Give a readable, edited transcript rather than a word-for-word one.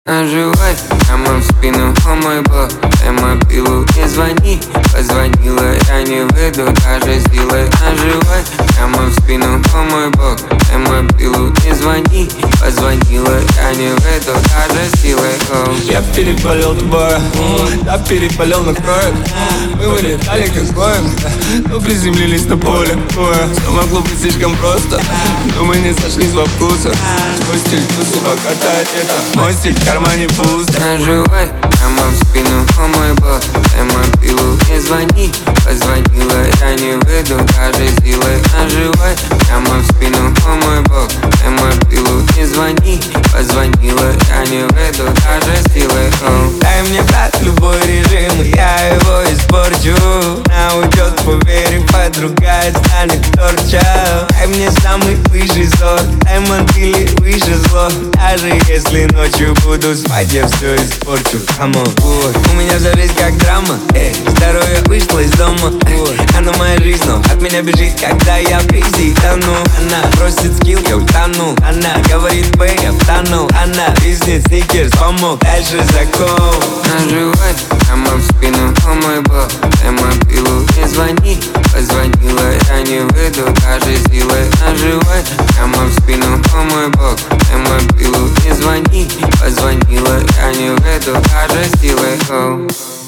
Наживай прямо в спину, о мой бог. Дай мобилу, не звони. Позвонила, я не выйду даже силой. Наживай прямо в спину, о мой бог. Дай мобилу, не звони. Позвонила, я не выйду даже силой. Я переболел тобой, да переболел на кровь. Мы вылетали как воин, но приземлились на поле. Все могло быть слишком просто, но мы не сошлись во вкусах. Твой стиль тусы пока это, мой стиль в кармане пусто. Наживай прямо в спину, о мой бог. Дай мобилу, не звони. Позвонила, я не выйду даже силой. Наживай прямо в спину, о мой бог. Дай мобилу, не звони. Позвонила, я не выйду даже силой. Дай мне, брат, любой режим, и я его испорчу. Она уйдет, поверь, подругает, станет торча. Дай мне самый высший сорт, дай мобили выше зло. Даже если ночью буду спать, я все испорчу. Come on, у меня вся жизнь как драма. Здоровье вышло из дома. Она моя жизнь, но от меня бежит, когда я в кризе тону. Она просит скилл, я утону. Она говорит, бэй, я втонул. Она бизнес, сникерс, помог, дальше закон. Наживай прямо в спину, о мой бог. Дай мобилу, не звони. Позвонила, я не выйду даже силой. Наживай прямо в спину, о мой бог. Дай мобилу, не звони. Позвонила, я не выйду даже силой.